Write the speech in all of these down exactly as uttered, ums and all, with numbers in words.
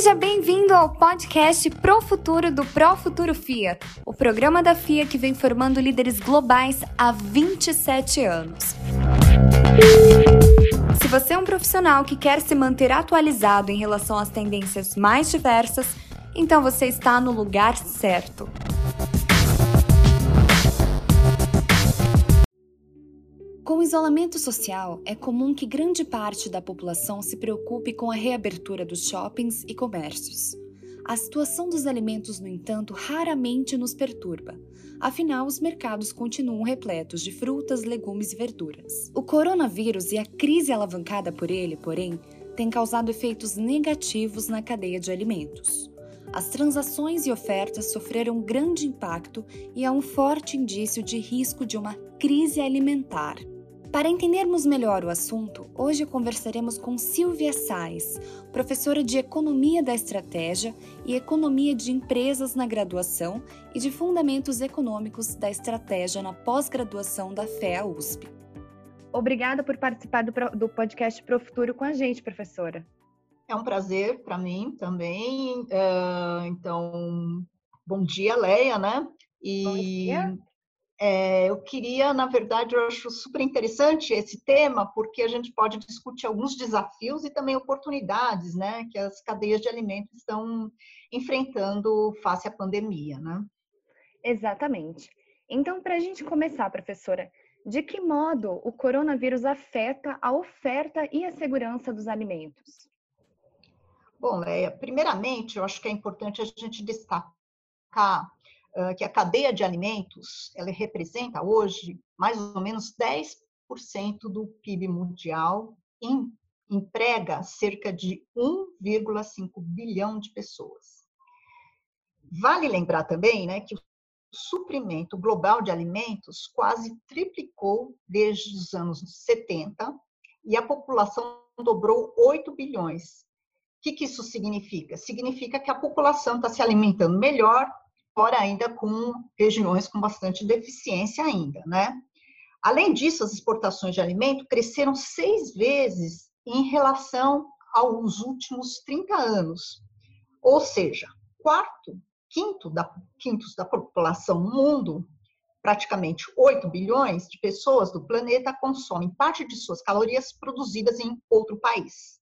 Seja bem-vindo ao podcast Pro Futuro do Pro Futuro F I A, o programa da F I A que vem formando líderes globais há vinte e sete anos. Se você é um profissional que quer se manter atualizado em relação às tendências mais diversas, então você está no lugar certo. Com o isolamento social, é comum que grande parte da população se preocupe com a reabertura dos shoppings e comércios. A situação dos alimentos, no entanto, raramente nos perturba. Afinal, os mercados continuam repletos de frutas, legumes e verduras. O coronavírus e a crise alavancada por ele, porém, têm causado efeitos negativos na cadeia de alimentos. As transações e ofertas sofreram um grande impacto e há um forte indício de risco de uma crise alimentar. Para entendermos melhor o assunto, hoje conversaremos com Silvia Sais, professora de Economia da Estratégia e Economia de Empresas na graduação e de Fundamentos Econômicos da Estratégia na pós-graduação da F E A U S P. Obrigada por participar do, do podcast Pro Futuro com a gente, professora. É um prazer para mim também. Uh, então, bom dia, Leia, né? E... Bom dia. É, eu queria, na verdade, eu acho super interessante esse tema, porque a gente pode discutir alguns desafios e também oportunidades, né, que as cadeias de alimentos estão enfrentando face à pandemia, né? Exatamente. Então, para a gente começar, professora, de que modo o coronavírus afeta a oferta e a segurança dos alimentos? Bom, Leia, primeiramente, eu acho que é importante a gente destacar que a cadeia de alimentos, ela representa hoje mais ou menos dez por cento do P I B mundial e emprega cerca de um vírgula cinco bilhão de pessoas. Vale lembrar também, né, que o suprimento global de alimentos quase triplicou desde os anos setenta e a população dobrou oito bilhões. O que, que isso significa? Significa que a população está se alimentando melhor, fora ainda com regiões com bastante deficiência ainda, né? Além disso, as exportações de alimento cresceram seis vezes em relação aos últimos trinta anos. Ou seja, quarto, quinto da, quintos da população no mundo, praticamente oito bilhões de pessoas do planeta, consomem parte de suas calorias produzidas em outro país.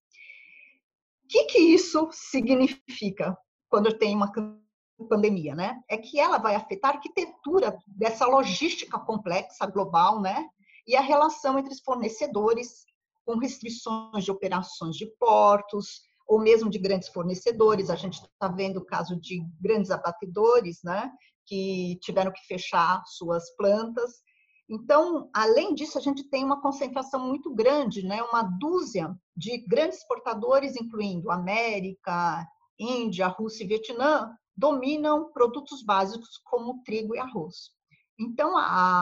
O que, que isso significa quando tem uma pandemia, né? É que ela vai afetar a arquitetura dessa logística complexa global, né? E a relação entre os fornecedores, com restrições de operações de portos, ou mesmo de grandes fornecedores. A gente está vendo o caso de grandes abatedores, né? Que tiveram que fechar suas plantas. Então, além disso, a gente tem uma concentração muito grande, né? Uma dúzia de grandes exportadores, incluindo América, Índia, Rússia e Vietnã, dominam produtos básicos como trigo e arroz. Então,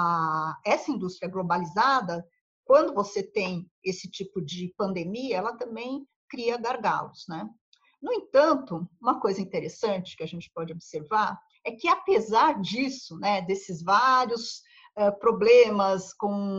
a, essa indústria globalizada, quando você tem esse tipo de pandemia, ela também cria gargalos, né? No entanto, uma coisa interessante que a gente pode observar é que, apesar disso, né, desses vários uh, problemas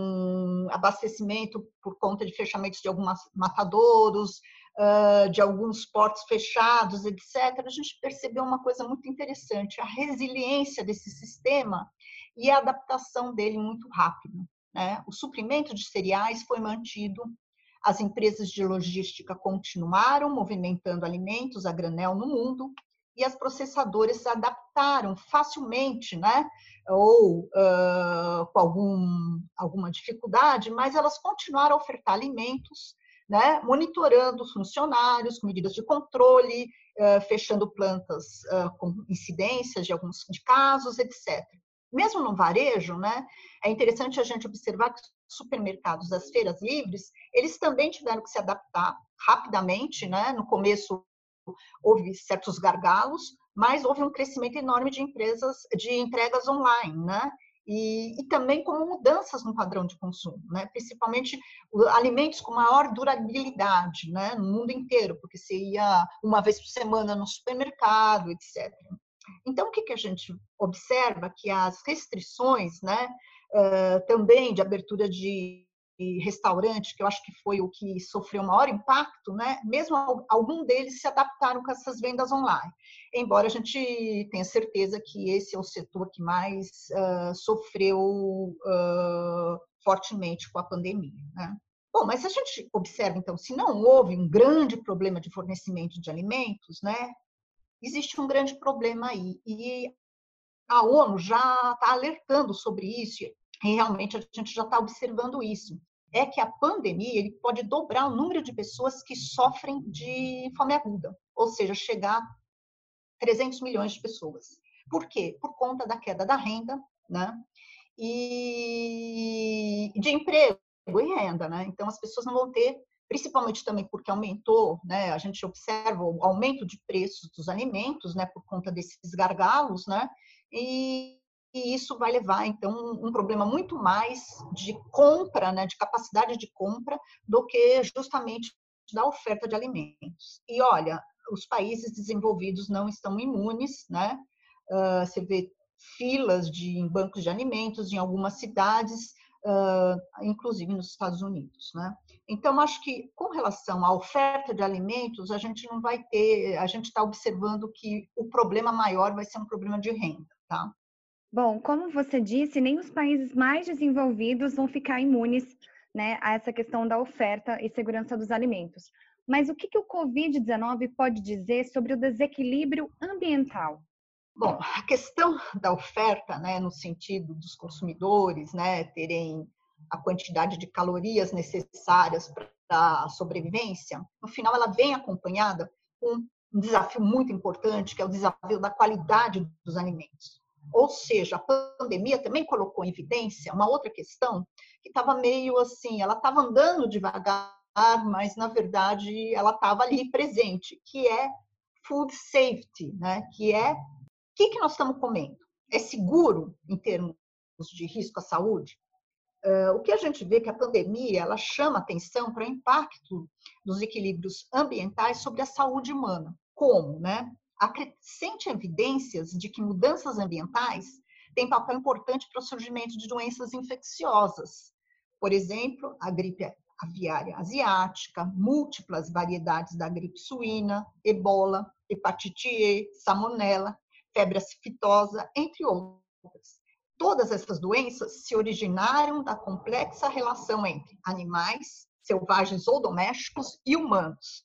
com abastecimento por conta de fechamentos de alguns matadouros, Uh, de alguns portos fechados, etcétera, a gente percebeu uma coisa muito interessante, a resiliência desse sistema e a adaptação dele muito rápido, né? O suprimento de cereais foi mantido, as empresas de logística continuaram movimentando alimentos a granel no mundo e as processadoras se adaptaram facilmente, né? Ou uh, com algum, alguma dificuldade, mas elas continuaram a ofertar alimentos, né, monitorando os funcionários com medidas de controle, uh, fechando plantas uh, com incidências de alguns de casos, etcétera. Mesmo no varejo, né, é interessante a gente observar que os supermercados, as feiras livres, eles também tiveram que se adaptar rapidamente, né? No começo houve certos gargalos, mas houve um crescimento enorme de empresas, de entregas online, né? E, e também como mudanças no padrão de consumo, né? Principalmente alimentos com maior durabilidade, né? No mundo inteiro, porque você ia uma vez por semana no supermercado, etcétera. Então, o que, que a gente observa? Que as restrições, né? Uh, também de abertura de restaurante, que eu acho que foi o que sofreu o maior impacto, né? Mesmo algum deles se adaptaram com essas vendas online, embora a gente tenha certeza que esse é o setor que mais uh, sofreu uh, fortemente com a pandemia, né? Bom, mas se a gente observa, então, se não houve um grande problema de fornecimento de alimentos, né? Existe um grande problema aí, e a ONU já está alertando sobre isso, e realmente a gente já está observando isso. É que a pandemia ele pode dobrar o número de pessoas que sofrem de fome aguda, ou seja, chegar a trezentos milhões de pessoas. Por quê? Por conta da queda da renda, né? E de emprego e renda, né? Então as pessoas não vão ter, principalmente também porque aumentou, né? A gente observa o aumento de preços dos alimentos, né? Por conta desses gargalos, né? E, e isso vai levar, então, um problema muito mais de compra, né? De capacidade de compra, do que justamente da oferta de alimentos. E olha, os países desenvolvidos não estão imunes, né? Uh, você vê filas de em bancos de alimentos em algumas cidades, uh, inclusive nos Estados Unidos, né? Então, acho que com relação à oferta de alimentos, a gente não vai ter, a gente está observando que o problema maior vai ser um problema de renda, tá? Bom, como você disse, nem os países mais desenvolvidos vão ficar imunes, né, a essa questão da oferta e segurança dos alimentos. Mas o que, que o covid dezenove pode dizer sobre o desequilíbrio ambiental? Bom, a questão da oferta, né, no sentido dos consumidores, né, terem a quantidade de calorias necessárias para a sobrevivência, no final ela vem acompanhada com um desafio muito importante, que é o desafio da qualidade dos alimentos. Ou seja, a pandemia também colocou em evidência uma outra questão que estava meio assim, ela estava andando devagar, mas na verdade ela estava ali presente, que é food safety, né, que é o que, que nós estamos comendo? É seguro em termos de risco à saúde? Uh, o que a gente vê é que a pandemia ela chama atenção para o impacto dos equilíbrios ambientais sobre a saúde humana. Como? Né? Há crescentes evidências de que mudanças ambientais têm papel importante para o surgimento de doenças infecciosas. Por exemplo, a gripe aviária asiática, múltiplas variedades da gripe suína, ebola, hepatite E, salmonela, febre aftosa, entre outras. Todas essas doenças se originaram da complexa relação entre animais, selvagens ou domésticos, e humanos.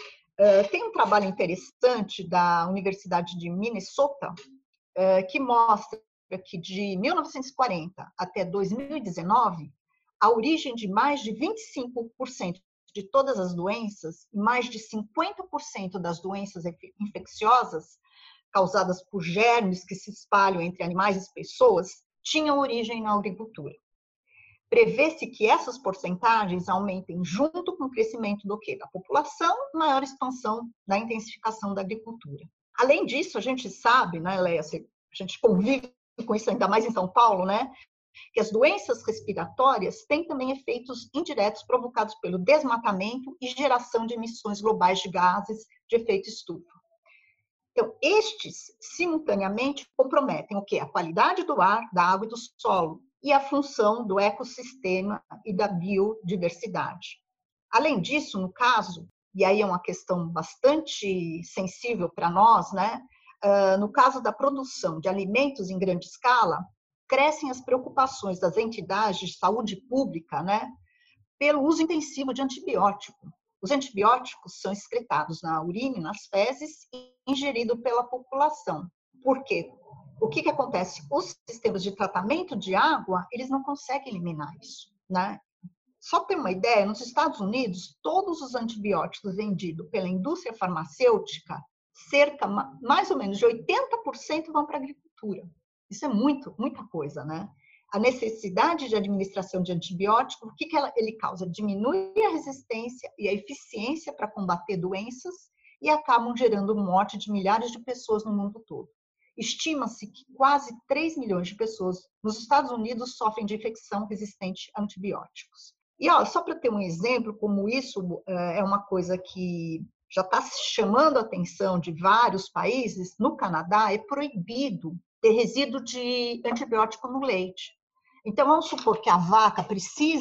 Tem um trabalho interessante da Universidade de Minnesota que mostra que de mil novecentos e quarenta até dois mil e dezenove, a origem de mais de vinte e cinco por cento de todas as doenças e mais de cinquenta por cento das doenças infecciosas causadas por germes que se espalham entre animais e pessoas, tinham origem na agricultura. Prevê-se que essas porcentagens aumentem junto com o crescimento do quê? Da população, maior expansão da intensificação da agricultura. Além disso, a gente sabe, né, Leia, a gente convive com isso ainda mais em São Paulo, né, que as doenças respiratórias têm também efeitos indiretos provocados pelo desmatamento e geração de emissões globais de gases de efeito estufa. Então, estes, simultaneamente, comprometem o quê? A qualidade do ar, da água e do solo e a função do ecossistema e da biodiversidade. Além disso, no caso, e aí é uma questão bastante sensível para nós, né? No caso da produção de alimentos em grande escala, crescem as preocupações das entidades de saúde pública, né? Pelo uso intensivo de antibiótico. Os antibióticos são excretados na urina e nas fezes e ingeridos pela população. Por quê? O que, que acontece? Os sistemas de tratamento de água, eles não conseguem eliminar isso, né? Só para ter uma ideia, nos Estados Unidos, todos os antibióticos vendidos pela indústria farmacêutica, cerca, mais ou menos de oitenta por cento vão para a agricultura. Isso é muito, muita coisa, né? A necessidade de administração de antibiótico, o que, que ele causa? Diminui a resistência e a eficiência para combater doenças e acabam gerando morte de milhares de pessoas no mundo todo. Estima-se que quase três milhões de pessoas nos Estados Unidos sofrem de infecção resistente a antibióticos. E ó, só para ter um exemplo, como isso é uma coisa que já está chamando a atenção de vários países, no Canadá é proibido ter resíduo de antibiótico no leite. Então, vamos supor que a vaca precise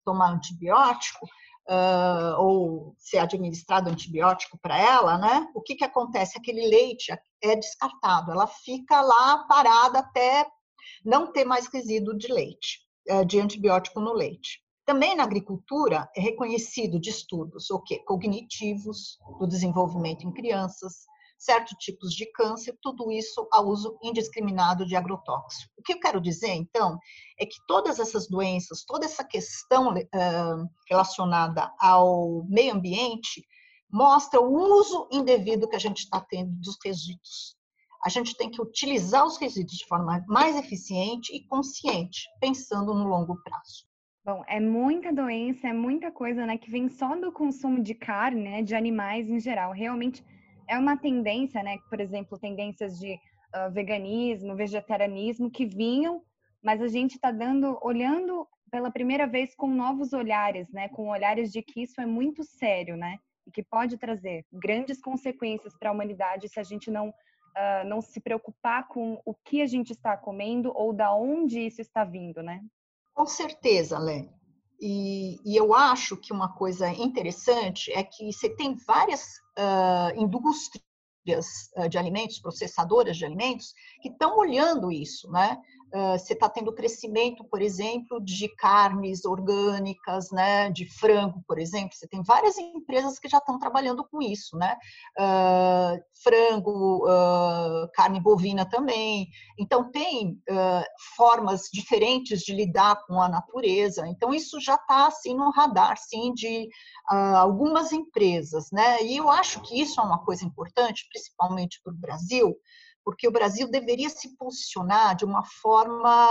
tomar antibiótico, uh, ou ser administrado antibiótico para ela, né? O que que acontece? Aquele leite é descartado, ela fica lá parada até não ter mais resíduo de leite, de antibiótico no leite. Também na agricultura é reconhecido de estudos o quê? Cognitivos, do desenvolvimento em crianças, certos tipos de câncer, tudo isso ao uso indiscriminado de agrotóxico. O que eu quero dizer, então, é que todas essas doenças, toda essa questão uh, relacionada ao meio ambiente, mostra o uso indevido que a gente está tendo dos resíduos. A gente tem que utilizar os resíduos de forma mais eficiente e consciente, pensando no longo prazo. Bom, é muita doença, é muita coisa, né, que vem só do consumo de carne, né, de animais em geral. Realmente é uma tendência, né, por exemplo, tendências de uh, veganismo, vegetarianismo que vinham, mas a gente está dando, olhando pela primeira vez com novos olhares, né, com olhares de que isso é muito sério, né, e que pode trazer grandes consequências para a humanidade se a gente não uh, não se preocupar com o que a gente está comendo ou da onde isso está vindo, né? Com certeza, Lê. E, e eu acho que uma coisa interessante é que você tem várias uh, indústrias uh, de alimentos, processadoras de alimentos, que estão olhando isso, né? Uh, você está tendo crescimento, por exemplo, de carnes orgânicas, né? De frango, por exemplo. Você tem várias empresas que já estão trabalhando com isso, né? Uh, frango, uh, carne bovina também. Então, tem uh, formas diferentes de lidar com a natureza. Então, isso já está assim, no radar, sim, de uh, algumas empresas, né? E eu acho que isso é uma coisa importante, principalmente para o Brasil, porque o Brasil deveria se posicionar de uma forma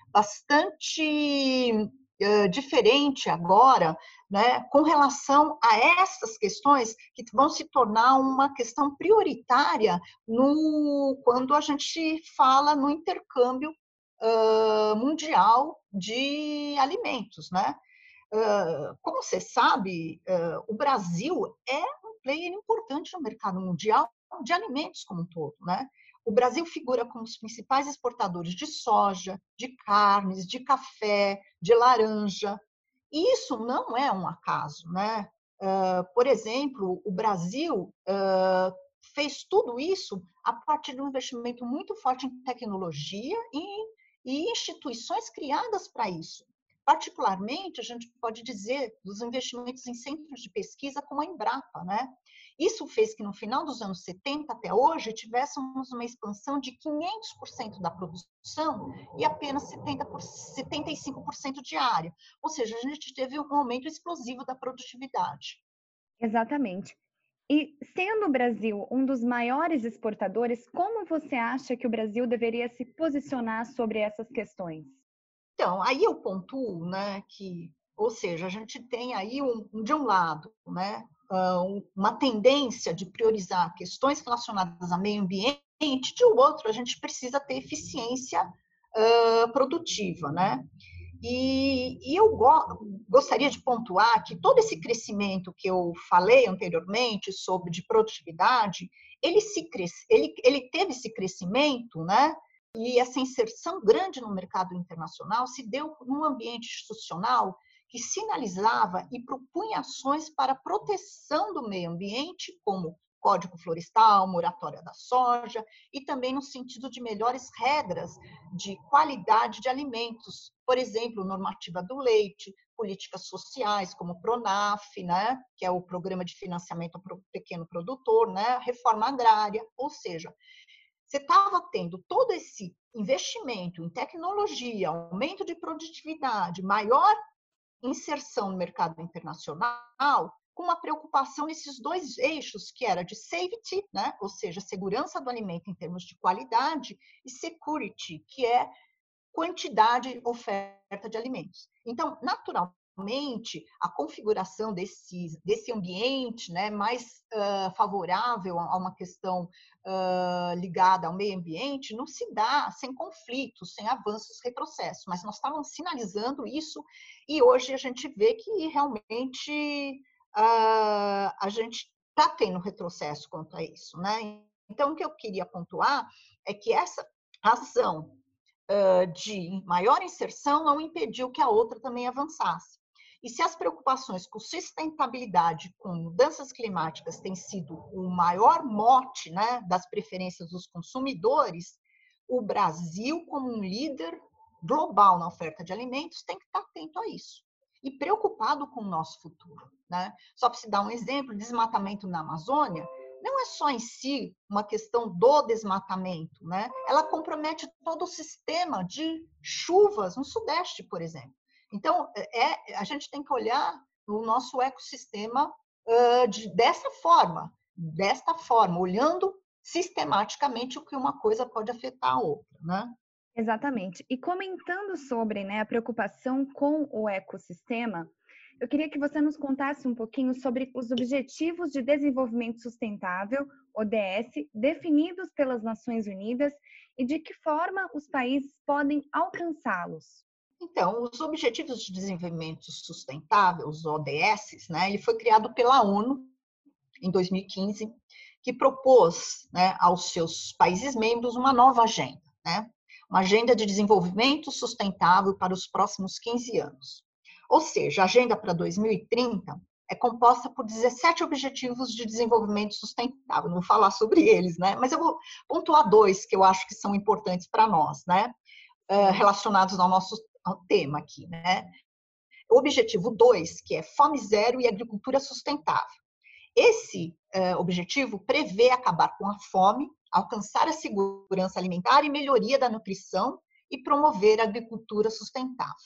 bastante uh, diferente agora, né, com relação a essas questões que vão se tornar uma questão prioritária no, quando a gente fala no intercâmbio uh, mundial de alimentos, né? Uh, como você sabe, uh, o Brasil é um player importante no mercado mundial de alimentos como um todo, né? O Brasil figura como os principais exportadores de soja, de carnes, de café, de laranja. E isso não é um acaso, né? Uh, por exemplo, o Brasil uh, fez tudo isso a partir de um investimento muito forte em tecnologia e, e instituições criadas para isso. Particularmente, a gente pode dizer dos investimentos em centros de pesquisa como a Embrapa, né? Isso fez que no final dos anos setenta até hoje tivéssemos uma expansão de quinhentos por cento da produção e apenas setenta por cento, setenta e cinco por cento de área. Ou seja, a gente teve um aumento explosivo da produtividade. Exatamente. E sendo o Brasil um dos maiores exportadores, como você acha que o Brasil deveria se posicionar sobre essas questões? Então, aí eu pontuo, né, que, ou seja, a gente tem aí, um, de um lado, né, uma tendência de priorizar questões relacionadas ao meio ambiente, de outro, a gente precisa ter eficiência uh, produtiva, né? E, e eu go gostaria de pontuar que todo esse crescimento que eu falei anteriormente sobre de produtividade, ele, se cresce, ele, ele teve esse crescimento, né? E essa inserção grande no mercado internacional se deu num ambiente institucional que sinalizava e propunha ações para a proteção do meio ambiente, como Código Florestal, moratória da soja, e também no sentido de melhores regras de qualidade de alimentos, por exemplo, normativa do leite, políticas sociais como o PRONAF, né, que é o Programa de Financiamento ao Pequeno Produtor, né, reforma agrária, ou seja, você estava tendo todo esse investimento em tecnologia, aumento de produtividade, maior inserção no mercado internacional, com uma preocupação nesses dois eixos, que era de safety, né? Ou seja, segurança do alimento em termos de qualidade, e security, que é quantidade e oferta de alimentos. Então, naturalmente, a configuração desse, desse ambiente, né, mais uh, favorável a uma questão uh, ligada ao meio ambiente não se dá sem conflitos, sem avanços, retrocessos, mas nós estávamos sinalizando isso e hoje a gente vê que realmente uh, a gente está tendo retrocesso quanto a isso, né? Então, o que eu queria pontuar é que essa ação de maior inserção não impediu que a outra também avançasse. E se as preocupações com sustentabilidade, com mudanças climáticas, têm sido o maior mote, né, das preferências dos consumidores, o Brasil, como um líder global na oferta de alimentos, tem que estar atento a isso. E preocupado com o nosso futuro, né? Só para se dar um exemplo, desmatamento na Amazônia não é só em si uma questão do desmatamento, né? Ela compromete todo o sistema de chuvas no Sudeste, por exemplo. Então, é, a gente tem que olhar o nosso ecossistema uh, de, dessa forma, desta forma, olhando sistematicamente o que uma coisa pode afetar a outra, né? Exatamente. E comentando sobre, né, a preocupação com o ecossistema, eu queria que você nos contasse um pouquinho sobre os Objetivos de Desenvolvimento Sustentável, O D S, definidos pelas Nações Unidas e de que forma os países podem alcançá-los. Então, os Objetivos de Desenvolvimento Sustentável, os O D S, né, ele foi criado pela ONU em dois mil e quinze, que propôs, né, aos seus países membros uma nova agenda, né, uma agenda de desenvolvimento sustentável para os próximos quinze anos. Ou seja, a agenda para dois mil e trinta é composta por dezessete objetivos de desenvolvimento sustentável. Não vou falar sobre eles, né? Mas eu vou pontuar dois que eu acho que são importantes para nós, né? Relacionados ao nosso ao tema aqui, né? O objetivo dois, que é fome zero e agricultura sustentável. Esse uh, objetivo prevê acabar com a fome, alcançar a segurança alimentar e melhoria da nutrição e promover a agricultura sustentável.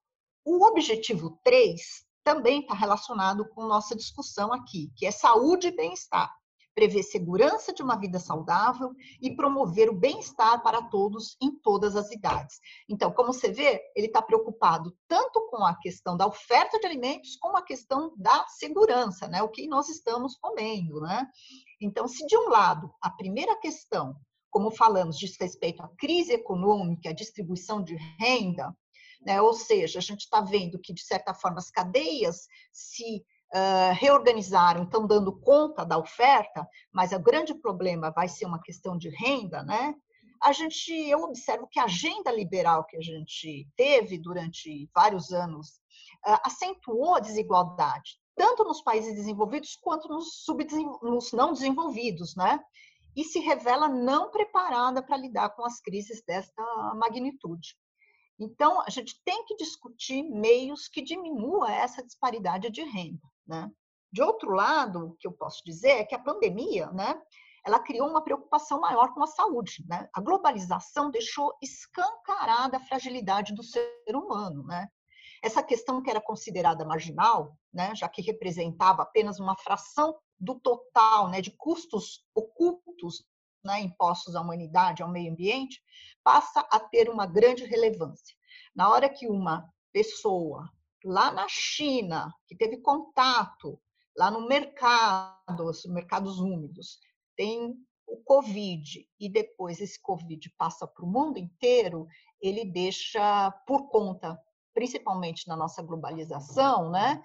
O objetivo três também está relacionado com nossa discussão aqui, que é saúde e bem-estar. Prever segurança de uma vida saudável e promover o bem-estar para todos em todas as idades. Então, como você vê, ele está preocupado tanto com a questão da oferta de alimentos, como a questão da segurança, né? O que nós estamos comendo, né? Então, se de um lado, a primeira questão, como falamos, diz respeito à crise econômica, à distribuição de renda, né? Ou seja, a gente está vendo que, de certa forma, as cadeias se Uh, reorganizaram, estão dando conta da oferta, mas o grande problema vai ser uma questão de renda, né? A gente, eu observo que a agenda liberal que a gente teve durante vários anos uh, acentuou a desigualdade, tanto nos países desenvolvidos quanto nos, nos não desenvolvidos, né? E se revela não preparada para lidar com as crises desta magnitude. Então, a gente tem que discutir meios que diminuam essa disparidade de renda, né? De outro lado, o que eu posso dizer é que a pandemia, né, ela criou uma preocupação maior com a saúde, né? A globalização deixou escancarada a fragilidade do ser humano, né? Essa questão que era considerada marginal, né, já que representava apenas uma fração do total, né, de custos ocultos, né, impostos à humanidade, ao meio ambiente, passa a ter uma grande relevância. Na hora que uma pessoa lá na China, que teve contato lá no mercado, os mercados úmidos, tem o Covid e depois esse Covid passa para o mundo inteiro, ele deixa por conta, principalmente na nossa globalização, né?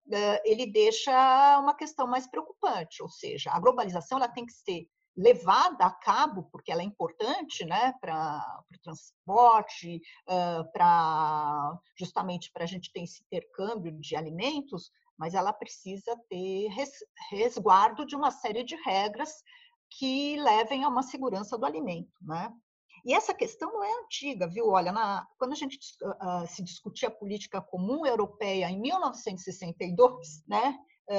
Ele deixa uma questão mais preocupante, ou seja, a globalização ela tem que ser levada a cabo, porque ela é importante, né, para o transporte, uh, para justamente para a gente ter esse intercâmbio de alimentos, mas ela precisa ter res, resguardo de uma série de regras que levem a uma segurança do alimento, né? E essa questão não é antiga, viu? Olha, na, quando a gente uh, se discutia a política comum europeia em mil novecentos e sessenta e dois, né?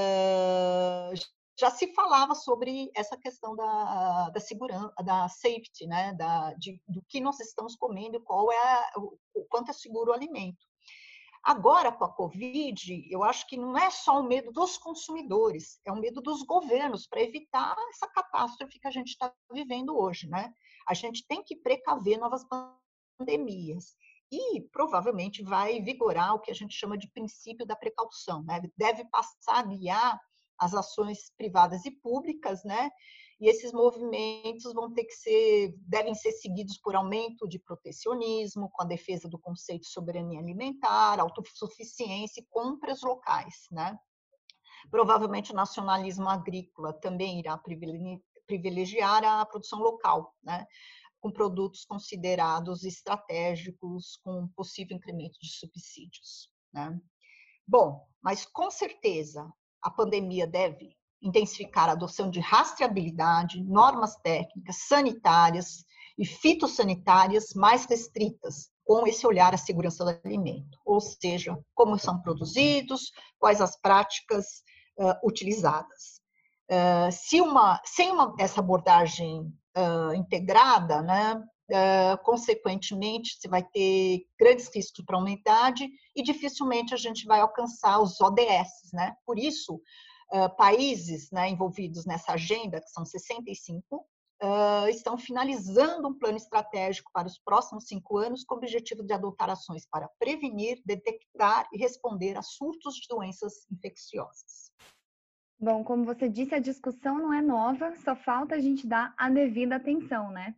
Uh, já se falava sobre essa questão da, da segurança, da safety, né? Da, de, do que nós estamos comendo, qual é o, o quanto é seguro o alimento. Agora, com a Covid, eu acho que não é só o medo dos consumidores, é o medo dos governos para evitar essa catástrofe que a gente está vivendo hoje, né? A gente tem que precaver novas pandemias. E provavelmente vai vigorar o que a gente chama de princípio da precaução, né? Deve passar a guiar as ações privadas e públicas, né? E esses movimentos vão ter que ser, devem ser seguidos por aumento de protecionismo, com a defesa do conceito de soberania alimentar, autossuficiência e compras locais, né? Provavelmente o nacionalismo agrícola também irá privilegiar a produção local, né? Com produtos considerados estratégicos, com possível incremento de subsídios, né? Bom, mas com certeza a pandemia deve intensificar a adoção de rastreabilidade, normas técnicas, sanitárias e fitossanitárias mais restritas, com esse olhar à segurança do alimento, ou seja, como são produzidos, quais as práticas uh, utilizadas. Uh, se uma, sem uma, essa abordagem uh, integrada, né, uh, consequentemente, você vai ter grandes riscos para a humanidade e dificilmente a gente vai alcançar os O D S. Né? Por isso, uh, países, né, envolvidos nessa agenda, que são sessenta e cinco, uh, estão finalizando um plano estratégico para os próximos cinco anos com o objetivo de adotar ações para prevenir, detectar e responder a surtos de doenças infecciosas. Bom, como você disse, a discussão não é nova, só falta a gente dar a devida atenção, né?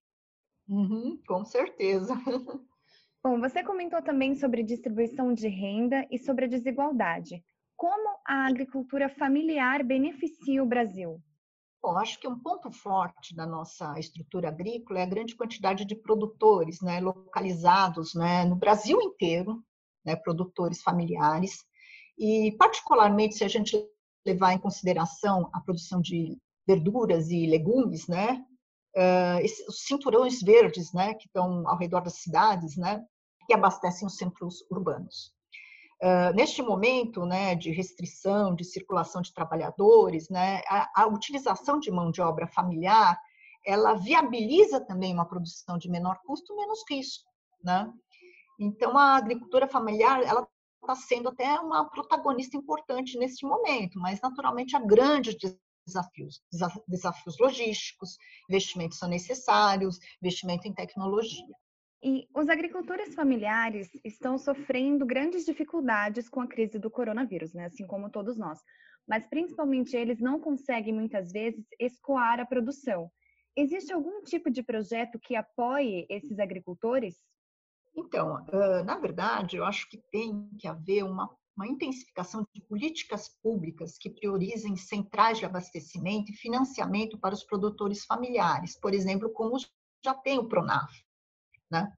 Uhum, com certeza. Bom, você comentou também sobre distribuição de renda e sobre a desigualdade. Como a agricultura familiar beneficia o Brasil? Bom, acho que um ponto forte da nossa estrutura agrícola é a grande quantidade de produtores, né, localizados, né, no Brasil inteiro, né, produtores familiares, e particularmente se a gente levar em consideração a produção de verduras e legumes, né, uh, esses, os cinturões verdes, né, que estão ao redor das cidades, né, que abastecem os centros urbanos. Uh, neste momento, né, de restrição de circulação de trabalhadores, né, a, a utilização de mão de obra familiar, ela viabiliza também uma produção de menor custo, menos risco, né? Então, a agricultura familiar, ela está sendo até uma protagonista importante neste momento, mas naturalmente há grandes desafios, desafios logísticos, investimentos são necessários, investimento em tecnologia. E os agricultores familiares estão sofrendo grandes dificuldades com a crise do coronavírus, né? Assim como todos nós. Mas principalmente eles não conseguem muitas vezes escoar a produção. Existe algum tipo de projeto que apoie esses agricultores? Então, na verdade, eu acho que tem que haver uma, uma intensificação de políticas públicas que priorizem centrais de abastecimento e financiamento para os produtores familiares, por exemplo, como já tem o Pronaf. Né?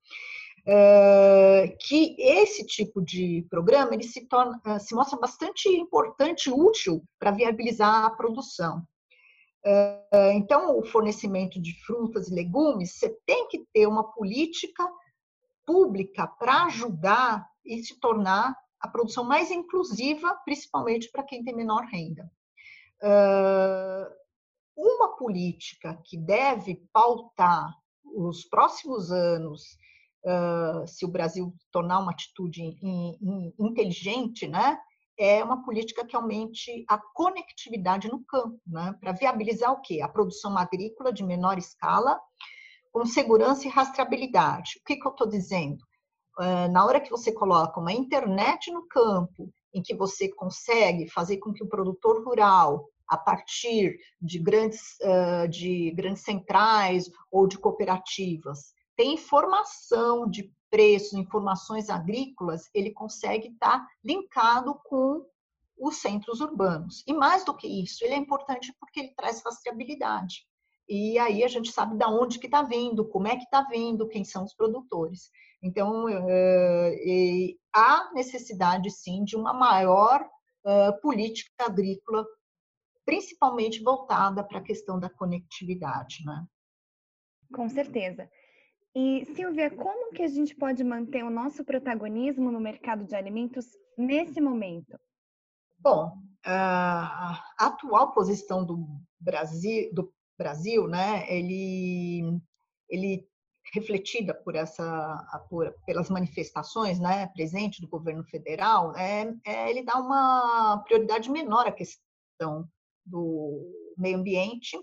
Uh, que esse tipo de programa ele se, torna, uh, se mostra bastante importante e útil para viabilizar a produção. Uh, então, o fornecimento de frutas e legumes, você tem que ter uma política pública para ajudar e se tornar a produção mais inclusiva, principalmente para quem tem menor renda. Uh, uma política que deve pautar os próximos anos, uh, se o Brasil tornar uma atitude in, in, inteligente, né, é uma política que aumente a conectividade no campo, né, para viabilizar o quê? A produção agrícola de menor escala, com segurança e rastreabilidade. O que, que eu estou dizendo? Uh, na hora que você coloca uma internet no campo, em que você consegue fazer com que o produtor rural, a partir de grandes, uh, de grandes centrais ou de cooperativas, tem informação de preços, informações agrícolas, ele consegue estar linkado com os centros urbanos. E mais do que isso, ele é importante porque ele traz rastreabilidade. E aí a gente sabe de onde que está vindo, como é que está vindo, quem são os produtores. Então, uh, há necessidade, sim, de uma maior uh, política agrícola, principalmente voltada para a questão da conectividade, né? Com certeza. E, Silvia, como que a gente pode manter o nosso protagonismo no mercado de alimentos nesse momento? Bom, a atual posição do Brasil, do Brasil, né, ele, ele refletida por essa, por, pelas manifestações, né, presente do governo federal, é, é, ele dá uma prioridade menor à questão do meio ambiente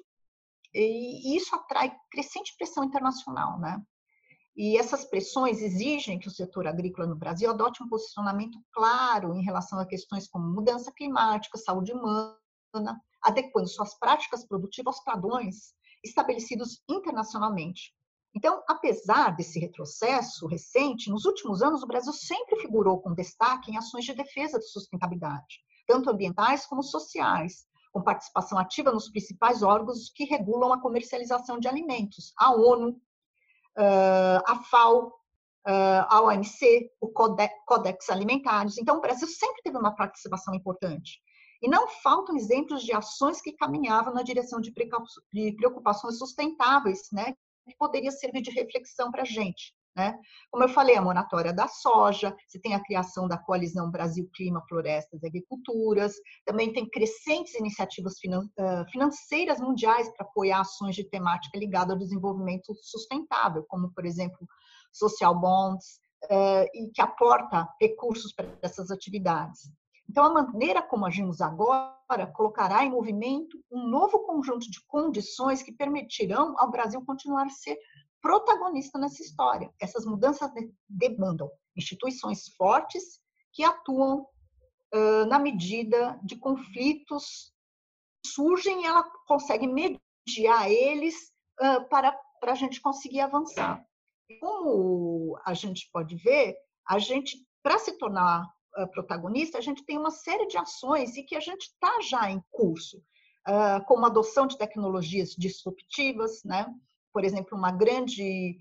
e isso atrai crescente pressão internacional, né? E essas pressões exigem que o setor agrícola no Brasil adote um posicionamento claro em relação a questões como mudança climática, saúde humana, adequando suas práticas produtivas aos padrões estabelecidos internacionalmente. Então, apesar desse retrocesso recente, nos últimos anos o Brasil sempre figurou com destaque em ações de defesa de sustentabilidade, tanto ambientais como sociais, com participação ativa nos principais órgãos que regulam a comercialização de alimentos, a ONU, a F A O, a O M C, o Codex Alimentares. Então, o Brasil sempre teve uma participação importante. E não faltam exemplos de ações que caminhavam na direção de preocupações sustentáveis, né, que poderia servir de reflexão para a gente. Né? Como eu falei, a moratória da soja, você tem a criação da coalizão Brasil Clima, Florestas e Agriculturas, também tem crescentes iniciativas financeiras mundiais para apoiar ações de temática ligada ao desenvolvimento sustentável, como, por exemplo, social bonds, e que aporta recursos para essas atividades. Então, a maneira como agimos agora colocará em movimento um novo conjunto de condições que permitirão ao Brasil continuar a ser protagonista nessa história. Essas mudanças demandam instituições fortes que atuam uh, na medida de conflitos que surgem e ela consegue mediar eles uh, para, para a gente conseguir avançar. Como a gente pode ver, a gente, para se tornar uh, protagonista, a gente tem uma série de ações e que a gente está já em curso, uh, como a adoção de tecnologias disruptivas, né? Por exemplo, uma grande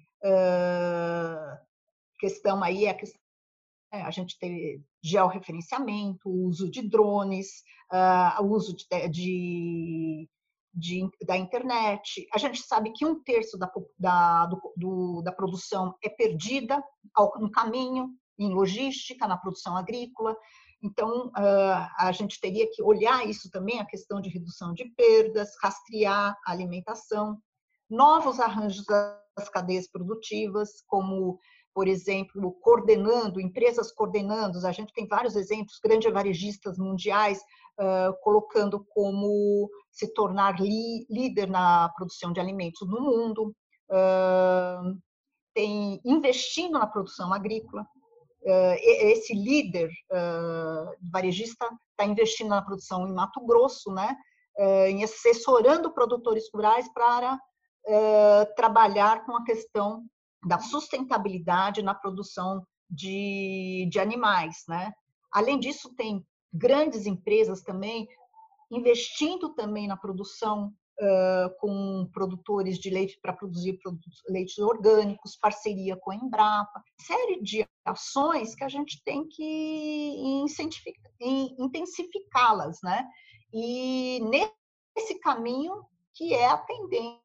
uh, questão aí é a questão, é, a gente tem georreferenciamento, o uso de drones, uh, o uso de, de, de, da internet. A gente sabe que um terço da, da, do, do, da produção é perdida ao, no caminho, em logística, na produção agrícola. Então, uh, a gente teria que olhar isso também, a questão de redução de perdas, rastrear a alimentação, novos arranjos das cadeias produtivas, como, por exemplo, coordenando, empresas coordenando, a gente tem vários exemplos, grandes varejistas mundiais uh, colocando como se tornar li, líder na produção de alimentos no mundo, uh, tem investindo na produção agrícola, uh, esse líder uh, varejista está investindo na produção em Mato Grosso, né, uh, em assessorando produtores rurais para Uh, trabalhar com a questão da sustentabilidade na produção de, de animais, né? Além disso, tem grandes empresas também investindo também na produção uh, com produtores de leite para produzir produtos, leites orgânicos, parceria com a Embrapa, série de ações que a gente tem que intensificá-las, né? E nesse caminho que é a tendência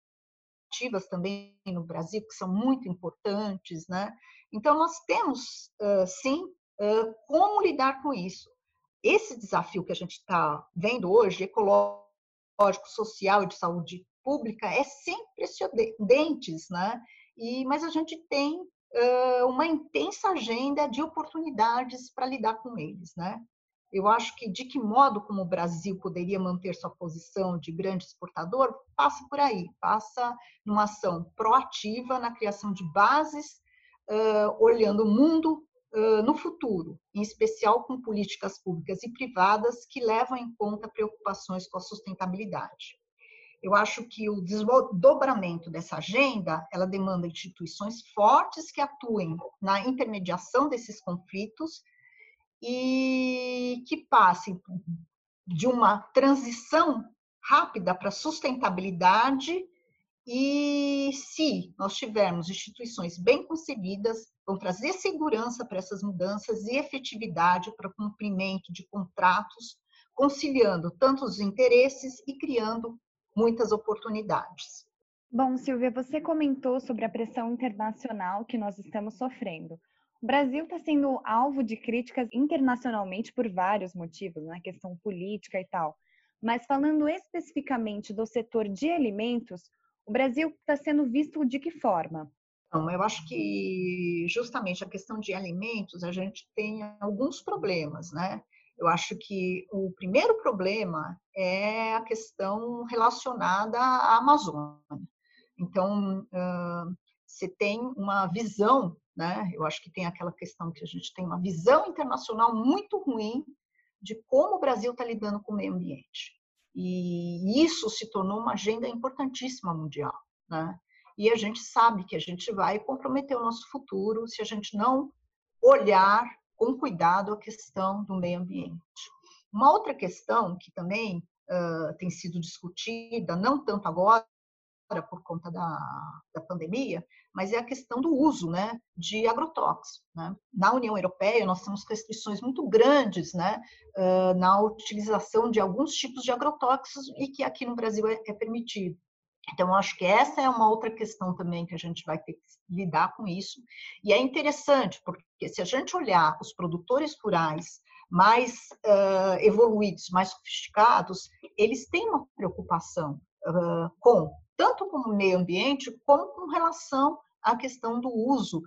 também no Brasil, que são muito importantes, né? Então, nós temos, uh, sim, uh, como lidar com isso. Esse desafio que a gente está vendo hoje, ecológico, social e de saúde pública, é sem precedentes, né? E, mas a gente tem uh, uma intensa agenda de oportunidades para lidar com eles, né? Eu acho que de que modo como o Brasil poderia manter sua posição de grande exportador passa por aí, passa numa ação proativa na criação de bases, uh, olhando o mundo uh, no futuro, em especial com políticas públicas e privadas que levam em conta preocupações com a sustentabilidade. Eu acho que o desdobramento dessa agenda, ela demanda instituições fortes que atuem na intermediação desses conflitos e que passe de uma transição rápida para sustentabilidade e, se nós tivermos instituições bem concebidas, vão trazer segurança para essas mudanças e efetividade para o cumprimento de contratos, conciliando tanto os interesses e criando muitas oportunidades. Bom, Silvia, você comentou sobre a pressão internacional que nós estamos sofrendo. O Brasil está sendo alvo de críticas internacionalmente por vários motivos, né? Questão política e tal. Mas falando especificamente do setor de alimentos, o Brasil está sendo visto de que forma? Então, eu acho que justamente a questão de alimentos, a gente tem alguns problemas, né? Eu acho que o primeiro problema é a questão relacionada à Amazônia. Então, uh, você tem uma visão, né? Eu acho que tem aquela questão que a gente tem uma visão internacional muito ruim de como o Brasil está lidando com o meio ambiente. E isso se tornou uma agenda importantíssima mundial, né? E a gente sabe que a gente vai comprometer o nosso futuro se a gente não olhar com cuidado a questão do meio ambiente. Uma outra questão que também uh, tem sido discutida, não tanto agora, por conta da, da pandemia, mas é a questão do uso, né, de agrotóxicos, né? Na União Europeia, nós temos restrições muito grandes, né, uh, na utilização de alguns tipos de agrotóxicos e que aqui no Brasil é, é permitido. Então, acho que essa é uma outra questão também que a gente vai ter que lidar com isso. E é interessante, porque se a gente olhar os produtores rurais mais uh, evoluídos, mais sofisticados, eles têm uma preocupação uh, com, tanto com o meio ambiente, como com relação à questão do uso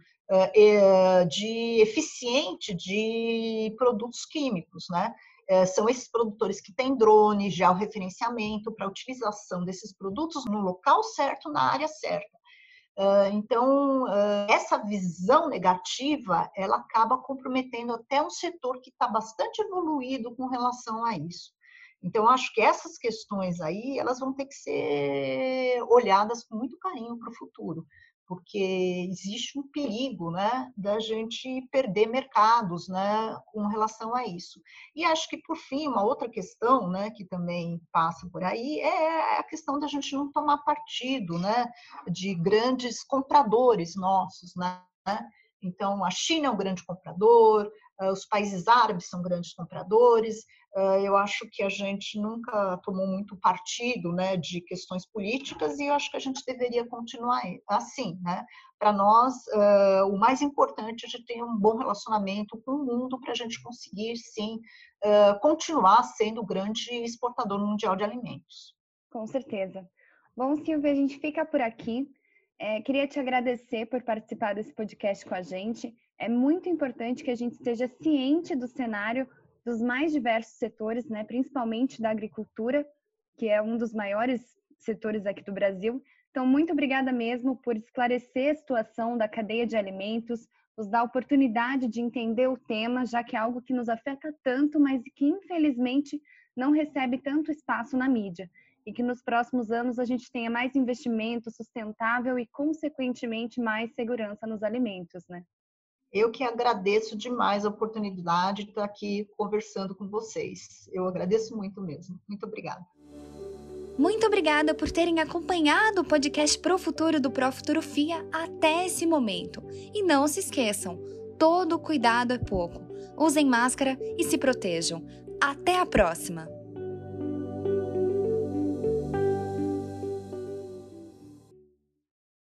uh, de eficiente de produtos químicos, né? São esses produtores que têm drone, georreferenciamento para a utilização desses produtos no local certo, na área certa. Então, essa visão negativa, ela acaba comprometendo até um setor que está bastante evoluído com relação a isso. Então, acho que essas questões aí, elas vão ter que ser olhadas com muito carinho para o futuro, porque existe um perigo, né, da gente perder mercados, né, com relação a isso. E acho que, por fim, uma outra questão, né, que também passa por aí é a questão da gente não tomar partido, né, de grandes compradores nossos, né? Então, a China é um grande comprador, os países árabes são grandes compradores. Eu acho que a gente nunca tomou muito partido, né, de questões políticas e eu acho que a gente deveria continuar assim, né? Para nós, o mais importante é de ter um bom relacionamento com o mundo para a gente conseguir, sim, continuar sendo o grande exportador mundial de alimentos. Com certeza. Bom, Silvia, a gente fica por aqui. É, queria te agradecer por participar desse podcast com a gente. É muito importante que a gente esteja ciente do cenário dos mais diversos setores, né, principalmente da agricultura, que é um dos maiores setores aqui do Brasil. Então, muito obrigada mesmo por esclarecer a situação da cadeia de alimentos, nos dar a oportunidade de entender o tema, já que é algo que nos afeta tanto, mas que infelizmente não recebe tanto espaço na mídia. E que nos próximos anos a gente tenha mais investimento sustentável e, consequentemente, mais segurança nos alimentos, né? Eu que agradeço demais a oportunidade de estar aqui conversando com vocês. Eu agradeço muito mesmo. Muito obrigada. Muito obrigada por terem acompanhado o podcast Pro Futuro do Profuturofia até esse momento. E não se esqueçam, todo cuidado é pouco. Usem máscara e se protejam. Até a próxima!